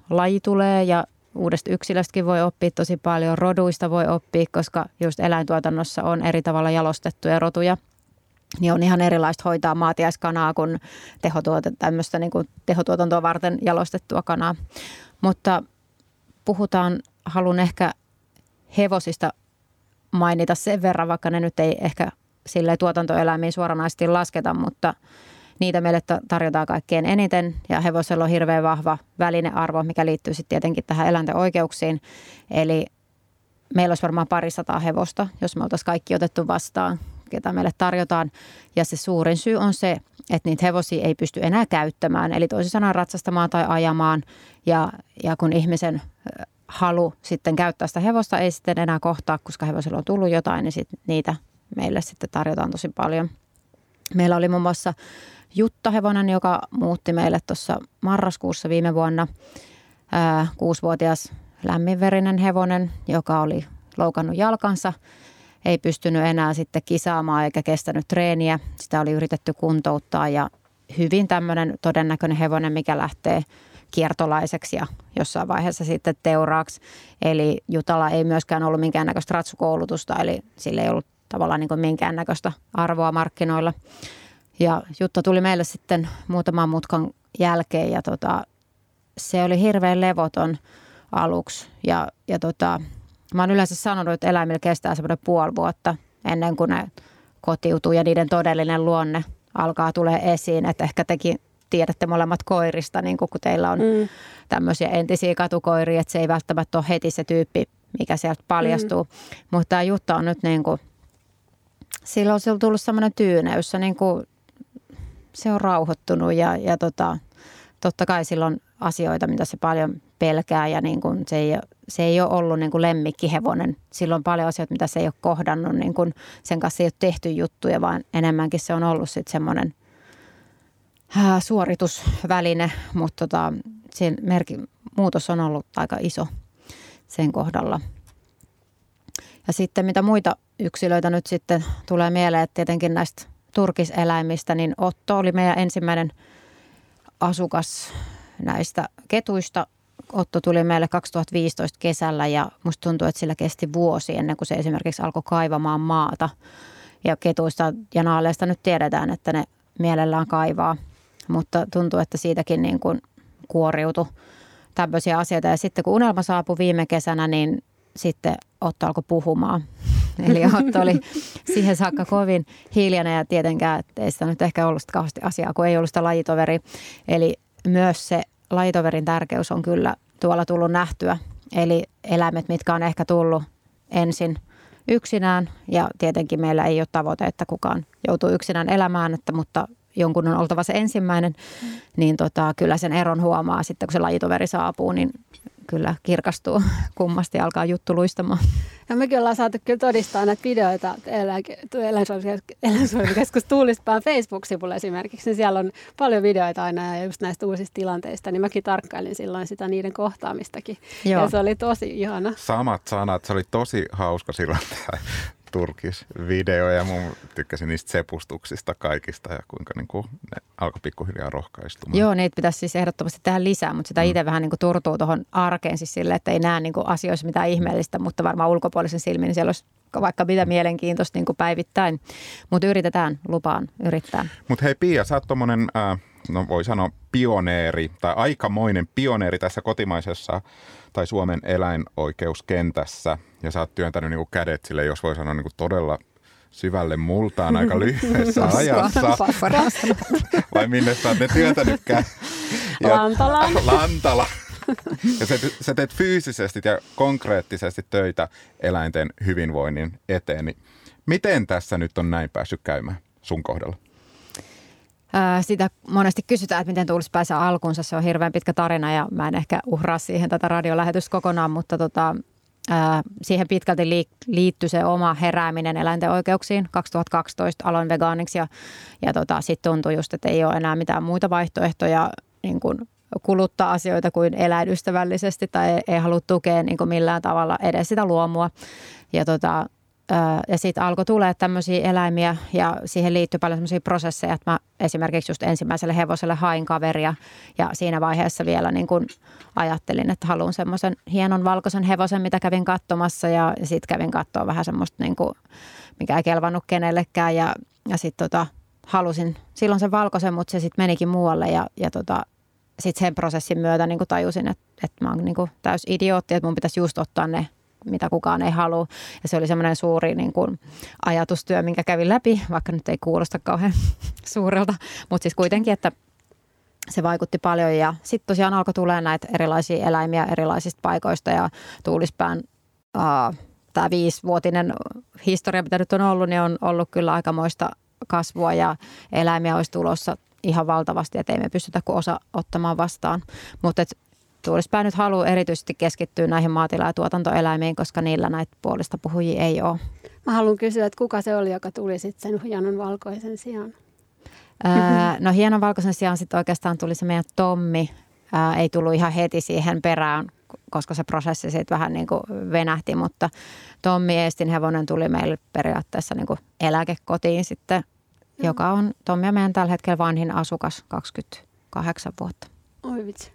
[SPEAKER 3] laji tulee ja uudesta yksilöstäkin voi oppia tosi paljon, roduista voi oppia, koska just eläintuotannossa on eri tavalla jalostettuja rotuja. Niin on ihan erilaista hoitaa maatiaiskanaa kuin tehotuote, tämmöistä niin kuin tehotuotantoa varten jalostettua kanaa. Mutta puhutaan, haluan ehkä hevosista mainita sen verran, vaikka ne nyt ei ehkä silleen tuotantoeläimiin suoranaisesti lasketa, mutta niitä meille tarjotaan kaikkein eniten ja hevosella on hirveän vahva välinearvo, mikä liittyy sitten tietenkin tähän eläinten oikeuksiin. Eli meillä olisi varmaan parisataa hevosta, jos me oltaisiin kaikki otettu vastaan, ketä meille tarjotaan. Ja se suurin syy on se, että niitä hevosia ei pysty enää käyttämään, eli toisin sanoen ratsastamaan tai ajamaan. Ja, ja kun ihmisen halu sitten käyttää sitä hevosta ei sitten enää kohtaa, koska hevosilla on tullut jotain, niin sit niitä meille sitten tarjotaan tosi paljon. Meillä oli muun muassa Jutta-hevonen, joka muutti meille tuossa marraskuussa viime vuonna. Ää, kuusivuotias lämminverinen hevonen, joka oli loukannut jalkansa. Ei pystynyt enää sitten kisaamaan eikä kestänyt treeniä. Sitä oli yritetty kuntouttaa ja hyvin tämmöinen todennäköinen hevonen, mikä lähtee kiertolaiseksi ja jossain vaiheessa sitten teuraaksi. Eli Jutalla ei myöskään ollut minkäännäköistä ratsukoulutusta, eli sillä ei ollut tavallaan niin kuin minkäännäköistä arvoa markkinoilla. Ja Jutta tuli meille sitten muutaman mutkan jälkeen ja tota, se oli hirveän levoton aluksi. Ja, ja tota, mä oon yleensä sanonut, että eläimillä kestää semmoinen puoli vuotta ennen kuin ne kotiutuu ja niiden todellinen luonne alkaa tulee esiin. Että ehkä tekin tiedätte molemmat koirista, niin kun teillä on mm. tämmöisiä entisiä katukoiria, että se ei välttämättä ole heti se tyyppi, mikä sieltä paljastuu. Mm. Mutta tämä Jutta on nyt niin kuin, sillä on tullut semmoinen tyyneys, se, niin kuin, se on rauhoittunut ja, ja tota, totta kai sillä on asioita, mitä se paljon pelkää ja niin kuin se, ei, se ei ole ollut niin kuin lemmikkihevonen. Sillä on paljon asioita, mitä se ei ole kohdannut, niin kuin sen kanssa ei ole tehty juttuja, vaan enemmänkin se on ollut sitten semmoinen äh, suoritusväline, mutta tota, sen merki, muutos on ollut aika iso sen kohdalla. Ja sitten mitä muita yksilöitä nyt sitten tulee mieleen, että tietenkin näistä turkiseläimistä, niin Otto oli meidän ensimmäinen asukas näistä ketuista. Otto tuli meille kaksituhattaviisitoista kesällä ja musta tuntuu, että sillä kesti vuosi ennen kuin se esimerkiksi alkoi kaivamaan maata. Ja ketuista ja naaleista nyt tiedetään, että ne mielellään kaivaa, mutta tuntuu, että siitäkin niin kuin kuoriutui tämmöisiä asioita. Ja sitten kun unelma saapui viime kesänä, niin sitten Otto alkoi puhumaan. Eli Otto oli siihen saakka kovin hiljainen ja tietenkään, että ei sitä nyt ehkä ollut kauheasti asiaa, kun ei ollut sitä lajitoveria. Eli myös se lajitoverin tärkeys on kyllä tuolla tullut nähtyä. Eli eläimet, mitkä on ehkä tullut ensin yksinään ja tietenkin meillä ei ole tavoite, että kukaan joutuu yksinään elämään, että, mutta jonkun on oltava se ensimmäinen, mm. niin tota, kyllä sen eron huomaa sitten, kun se lajitoveri saapuu, niin kyllä kirkastuu kummasti ja alkaa juttu luistamaan.
[SPEAKER 1] Ja mekin ollaan saatu kyllä todistaa näitä videoita Eläinsuojelukeskus Tuulistapään Facebook-sivulla esimerkiksi, niin siellä on paljon videoita aina ja just näistä uusista tilanteista, niin mäkin tarkkailin silloin sitä niiden kohtaamistakin. Joo. Ja se oli tosi ihana.
[SPEAKER 2] Samat sanat, se oli tosi hauska silloin tämä turkisvideo ja mun tykkäsin niistä sepustuksista kaikista ja kuinka niin kuin ne alkoi pikkuhiljaa rohkaistumaan.
[SPEAKER 3] Joo, niitä pitäisi siis ehdottomasti tehdä lisää, mutta sitä mm. itse vähän niin kuin turtuu tuohon arkeen siis silleen, että ei näe niin kuin asioissa mitään ihmeellistä, mutta varmaan ulkopuolisen silmin niin siellä olisi vaikka mitä mielenkiintoista niin kuin päivittäin. Mutta yritetään, lupaan yrittää.
[SPEAKER 2] Mutta hei Pia, sä oot tommonen, äh, no voi sanoa pioneeri tai aikamoinen pioneeri tässä kotimaisessa tai Suomen eläinoikeuskentässä. Ja sä oot työntänyt niinku kädet sille, jos voi sanoa niinku todella syvälle multaan aika lyhyessä ajassa. Vai minne sä oot ne työntänytkään?
[SPEAKER 1] Lantala.
[SPEAKER 2] Lantala. Ja sä, sä teet fyysisesti ja konkreettisesti töitä eläinten hyvinvoinnin eteen. Niin miten tässä nyt on näin päässyt käymään sun kohdalla?
[SPEAKER 3] Sitä monesti kysytään, että miten tulisi päästä alkuunsa. Se on hirveän pitkä tarina ja mä en ehkä uhraa siihen tätä radiolähetystä kokonaan, mutta tota, ää, siihen pitkälti liittyy se oma herääminen eläinten oikeuksiin. kaksituhattakaksitoista aloin vegaaniksi ja, ja tota, sitten tuntui just, että ei ole enää mitään muita vaihtoehtoja niin kuin kuluttaa asioita kuin eläinystävällisesti tai ei, ei halua tukea niin kuin millään tavalla edes sitä luomua. Ja tota, Ja sitten alkoi tulee tämmöisiä eläimiä ja siihen liittyy paljon semmoisia prosesseja, että mä esimerkiksi just ensimmäiselle hevoselle hain kaveria ja siinä vaiheessa vielä niin kun ajattelin, että haluan semmoisen hienon valkoisen hevosen, mitä kävin katsomassa ja sitten kävin katsoa vähän semmoista, niin kuin, mikä ei kelvannut kenellekään ja, ja sitten tota, halusin silloin sen valkoisen, mutta se sitten menikin muualle ja, ja tota, sitten sen prosessin myötä niin kuin tajusin, että, että mä oon niin kuin täys idiootti, että mun pitäisi just ottaa ne, mitä kukaan ei halua. Ja se oli semmoinen suuri niin kuin ajatustyö, minkä kävin läpi, vaikka nyt ei kuulosta kauhean suurelta. Mutta siis kuitenkin, että se vaikutti paljon. Ja sitten tosiaan alkoi tulemaan näitä erilaisia eläimiä erilaisista paikoista. Ja Tuulispään uh, tämä viisivuotinen historia, mitä nyt on ollut, niin on ollut kyllä aikamoista kasvua. Ja eläimiä olisi tulossa ihan valtavasti, että ei me pystytä kuin osa ottamaan vastaan. Mutta Tuulispää nyt haluaa erityisesti keskittyä näihin maatila- ja tuotantoeläimiin, koska niillä näitä puolista puhujia ei ole.
[SPEAKER 1] Mä haluan kysyä, että kuka se oli, joka tuli sitten sen hienon valkoisen sijaan?
[SPEAKER 3] Ää, no hienon valkoisen sijaan sitten oikeastaan tuli se meidän Tommi. Ää, ei tullut ihan heti siihen perään, koska se prosessi siitä vähän niin kuin venähti, mutta Tommi Eestin hevonen tuli meille periaatteessa niin kuin eläkekotiin sitten, mm. joka on Tommi on meidän tällä hetkellä vanhin asukas, kaksikymmentäkahdeksan vuotta.
[SPEAKER 1] Oi vitsi.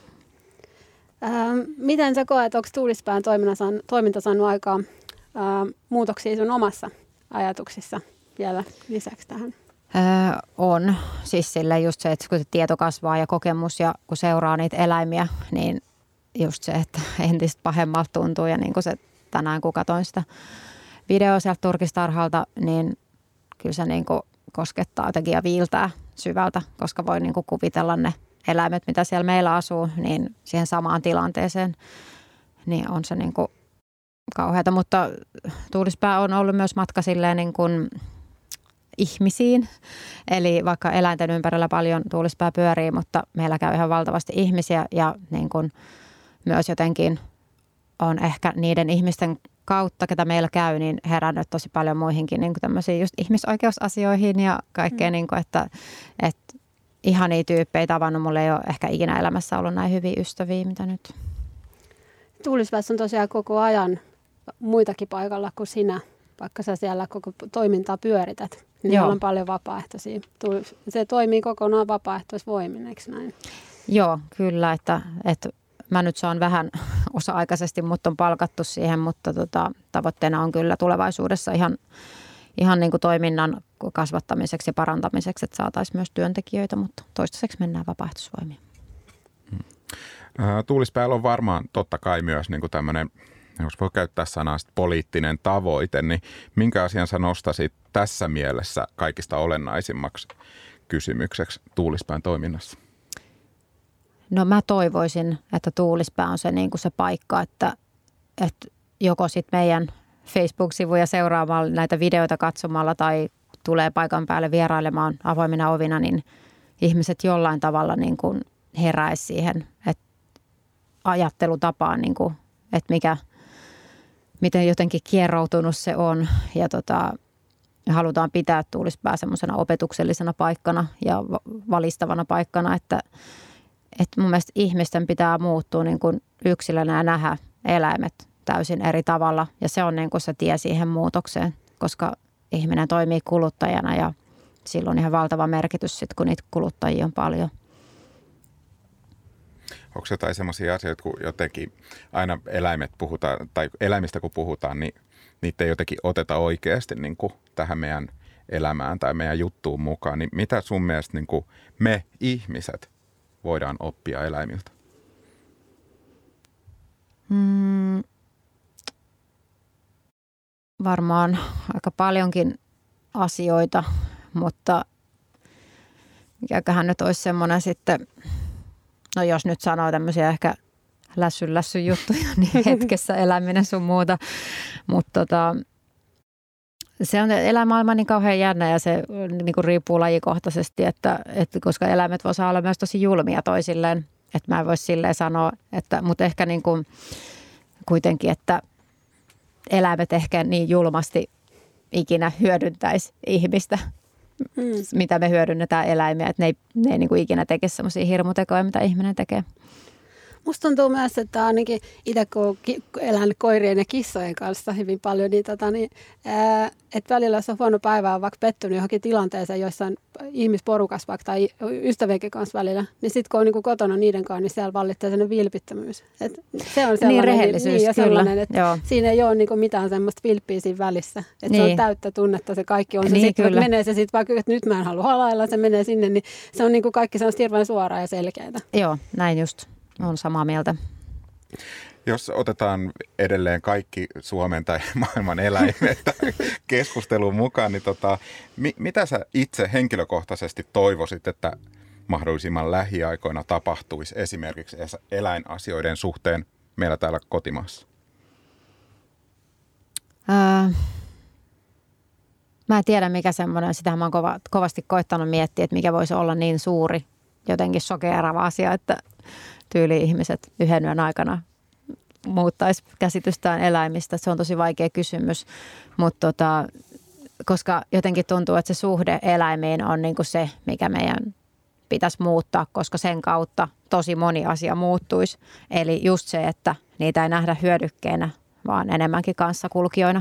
[SPEAKER 1] Ähm, miten sä koet, onko Tuulispään toiminta saanut aikaa ähm, muutoksia sun omassa ajatuksissa vielä lisäksi tähän?
[SPEAKER 3] Öö, on. Siis sille just se, että kun se tieto kasvaa ja kokemus ja kun seuraa niitä eläimiä, niin just se, että entistä pahemmalta tuntuu. Ja niin kuin se tänään, kun katsoin sitä videoa sieltä turkistarhalta, niin kyllä se niin kuin koskettaa jotenkin ja viiltää syvältä, koska voi niin kuin kuvitella ne eläimet, mitä siellä meillä asuu, niin siihen samaan tilanteeseen, niin on se niin kuin kauheata. Mutta Tuulispää on ollut myös matka silleen niin kuin ihmisiin. Eli vaikka eläinten ympärillä paljon Tuulispää pyörii, mutta meillä käy ihan valtavasti ihmisiä ja niin kuin myös jotenkin on ehkä niiden ihmisten kautta, ketä meillä käy, niin herännyt tosi paljon muihinkin niin kuin tämmöisiin just ihmisoikeusasioihin ja kaikkea, mm. niin kuin, että, että ihania tyyppejä tavannut. Mulla ei ole ehkä ikinä elämässä ollut näin hyviä ystäviä, mitä nyt.
[SPEAKER 1] Tuulispäässä on tosiaan koko ajan muitakin paikalla kuin sinä, vaikka sä siellä koko toimintaa pyörität. Niin on paljon vapaaehtoisia. Se toimii kokonaan vapaaehtoisvoimin, eikö näin?
[SPEAKER 3] Joo, kyllä. Että, että mä nyt saan vähän osa-aikaisesti, mutta on palkattu siihen, mutta tota, tavoitteena on kyllä tulevaisuudessa ihan, ihan niin kuin toiminnan kasvattamiseksi ja parantamiseksi, että saataisiin myös työntekijöitä, mutta toistaiseksi mennään vapaaehtoisvoimiin.
[SPEAKER 2] Tuulispäällä on varmaan totta kai myös niin kuin tämmöinen, jos voi käyttää sanaa poliittinen tavoite, niin minkä asian sä nostasit tässä mielessä kaikista olennaisimmaksi kysymykseksi Tuulispään toiminnassa?
[SPEAKER 3] No mä toivoisin, että Tuulispää on se, niin kuin se paikka, että, että joko sitten meidän Facebook-sivuja seuraamalla, näitä videoita katsomalla tai tulee paikan päälle vierailemaan avoimina ovina, niin ihmiset jollain tavalla niin kuin heräisi siihen, että ajattelutapaan, niin kuin, että mikä, miten jotenkin kieroutunut se on ja tota, halutaan pitää Tuulispää semmoisena opetuksellisena paikkana ja valistavana paikkana, että, että mun mielestä ihmisten pitää muuttua niin kuin yksilönä ja nähdä eläimet täysin eri tavalla ja se on niin kuin se tie siihen muutokseen, koska ihminen toimii kuluttajana ja sillä on ihan valtava merkitys sit, kun niitä kuluttajia on paljon.
[SPEAKER 2] Onko jotain sellaisia asioita, kun jotenkin aina eläimet puhutaan, tai eläimistä kun puhutaan, niin niitä ei jotenkin oteta oikeasti niin kuin tähän meidän elämään tai meidän juttuun mukaan. Niin mitä sun mielestä niin kuin me ihmiset voidaan oppia eläimiltä?
[SPEAKER 3] Hmm. Varmaan aika paljonkin asioita, mutta mikäköhän nyt olisi semmoinen sitten, no jos nyt sanoo tämmöisiä ehkä lässyn lässyn juttuja, niin hetkessä eläminen sun muuta, mutta tota, se on elämä niin kauhean jännä ja se niin kuin riippuu lajikohtaisesti, että, että koska eläimet voi olla myös tosi julmia toisilleen, että mä en voi silleen sanoa, että, mutta ehkä niin kuin kuitenkin, että eläimet ehkä niin julmasti ikinä hyödyntäisi ihmistä, mm. mitä me hyödynnetään eläimiä, että ne ei, ne ei niin kuin ikinä tekisi semmoisia hirmutekoja, mitä ihminen tekee.
[SPEAKER 1] Musta tuntuu myös, että ainakin itse kun olen elänyt koirien ja kissojen kanssa hyvin paljon, niin, tota, niin ää, että välillä jos on huono päivä on vaikka pettynyt johonkin tilanteeseen jossain ihmisporukassa vaikka tai ystävienkin kanssa välillä, niin sitten kun on niin kotona niiden kanssa, niin siellä vallitsee sellainen vilpittömyys. Et se on sellainen,
[SPEAKER 3] niin rehellisyys,
[SPEAKER 1] niin, ja sellainen että
[SPEAKER 3] Joo.
[SPEAKER 1] siinä ei ole niin mitään semmoista vilppiä siinä välissä. Että niin. Se on täyttä tunnetta, se kaikki on. Se
[SPEAKER 3] niin,
[SPEAKER 1] sitten menee se sitten vaikka, että nyt mä en halua halailla, se menee sinne, niin se on niin kaikki semmoista hirveän suoraa ja selkeää.
[SPEAKER 3] Joo, näin just. Olen samaa mieltä.
[SPEAKER 2] Jos otetaan edelleen kaikki Suomen tai maailman eläimet keskusteluun mukaan, niin tota, mi- mitä sä itse henkilökohtaisesti toivoisit, että mahdollisimman lähiaikoina tapahtuisi esimerkiksi eläinasioiden suhteen meillä täällä kotimaassa?
[SPEAKER 3] Ää, mä en tiedä mikä semmoinen, sitähän mä oon kova, kovasti koittanut miettiä, että mikä voisi olla niin suuri jotenkin sokeerava asia, että tyyli ihmiset yhden yön aikana muuttaisi käsitystään eläimistä. Se on tosi vaikea kysymys, mutta tota, koska jotenkin tuntuu, että se suhde eläimiin on niin kuin se, mikä meidän pitäisi muuttaa, koska sen kautta tosi moni asia muuttuisi. Eli just se, että niitä ei nähdä hyödykkeenä, vaan enemmänkin kanssakulkijoina.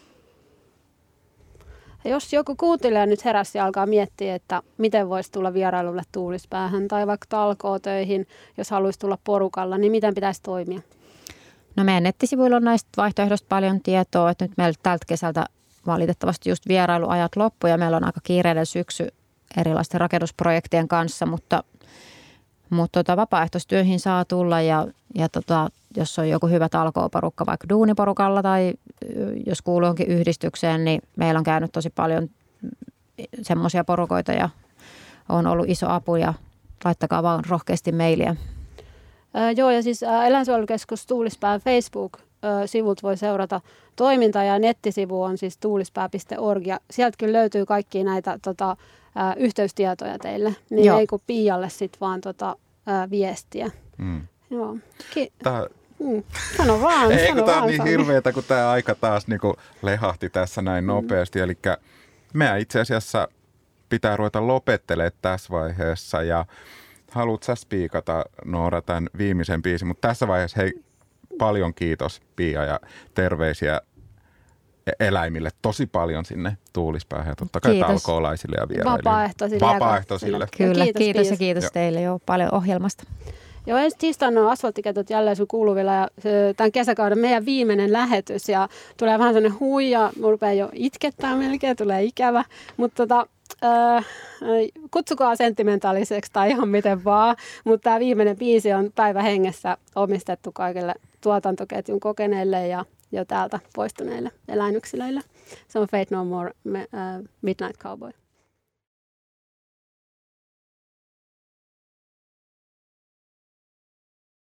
[SPEAKER 1] Jos joku kuuntelija nyt heräsi ja alkaa miettiä, että miten voisi tulla vierailulle Tuulispäähän tai vaikka talkootöihin, jos haluaisi tulla porukalla, niin miten pitäisi toimia?
[SPEAKER 3] No meidän nettisivuilla on näistä vaihtoehdosta paljon tietoa, että nyt meillä tältä kesältä valitettavasti just vierailuajat loppu ja meillä on aika kiireinen syksy erilaisten rakennusprojektien kanssa, mutta, mutta tota, vapaaehtoistyöihin saa tulla ja, ja tota, jos on joku hyvä talkooporukka vaikka duuniporukalla tai jos kuuluu jonkin yhdistykseen, niin meillä on käynyt tosi paljon semmoisia porukoita ja on ollut iso apu ja laittakaa vaan rohkeasti mailia.
[SPEAKER 1] Ää, joo, ja siis ää, Eläinsuojelukeskus Tuulispään Facebook-sivut voi seurata toimintaa ja nettisivu on siis tuulispää piste org ja sieltä kyllä löytyy kaikkia näitä tota, ää, yhteystietoja teille, niin joo. Ei kun Pialle sitten vaan tota, ää, viestiä. Mm. Joo. Ki-
[SPEAKER 2] Tää...
[SPEAKER 1] mm. Sano vaan,
[SPEAKER 2] Ei,
[SPEAKER 1] sano
[SPEAKER 2] kun tämä on
[SPEAKER 1] vaan,
[SPEAKER 2] niin
[SPEAKER 1] sano.
[SPEAKER 2] hirveetä, kun tämä aika taas niinku lehahti tässä näin nopeasti. Mm. Eli meidän itse asiassa pitää ruveta lopettelemaan tässä vaiheessa ja haluat sä spiikata, Noora, tämän viimeisen biisin, mutta tässä vaiheessa hei, paljon kiitos Pia ja terveisiä eläimille tosi paljon sinne Tuulispäähän ja totta kai talkoolaisille ja vierailijoille.
[SPEAKER 1] Vapaaehtoisille.
[SPEAKER 3] Vapaaehtoisille. Kyllä, kiitos, kiitos ja kiitos
[SPEAKER 1] Joo.
[SPEAKER 3] teille jo paljon ohjelmasta.
[SPEAKER 1] Joo, ensi tiistaina on asfalttiketot jälleen sun kuuluvilla ja tämän kesäkauden meidän viimeinen lähetys ja tulee vähän sellainen huija, mun rupeaa jo itkettää melkein, tulee ikävä, mutta tota, äh, kutsukaa sentimentaaliseksi tai ihan miten vaan, mutta tämä viimeinen biisi on päivä hengessä omistettu kaikille tuotantoketjun kokeneille ja jo täältä poistuneille eläinyksilöille. Se on Fate No More, uh, Midnight Cowboy.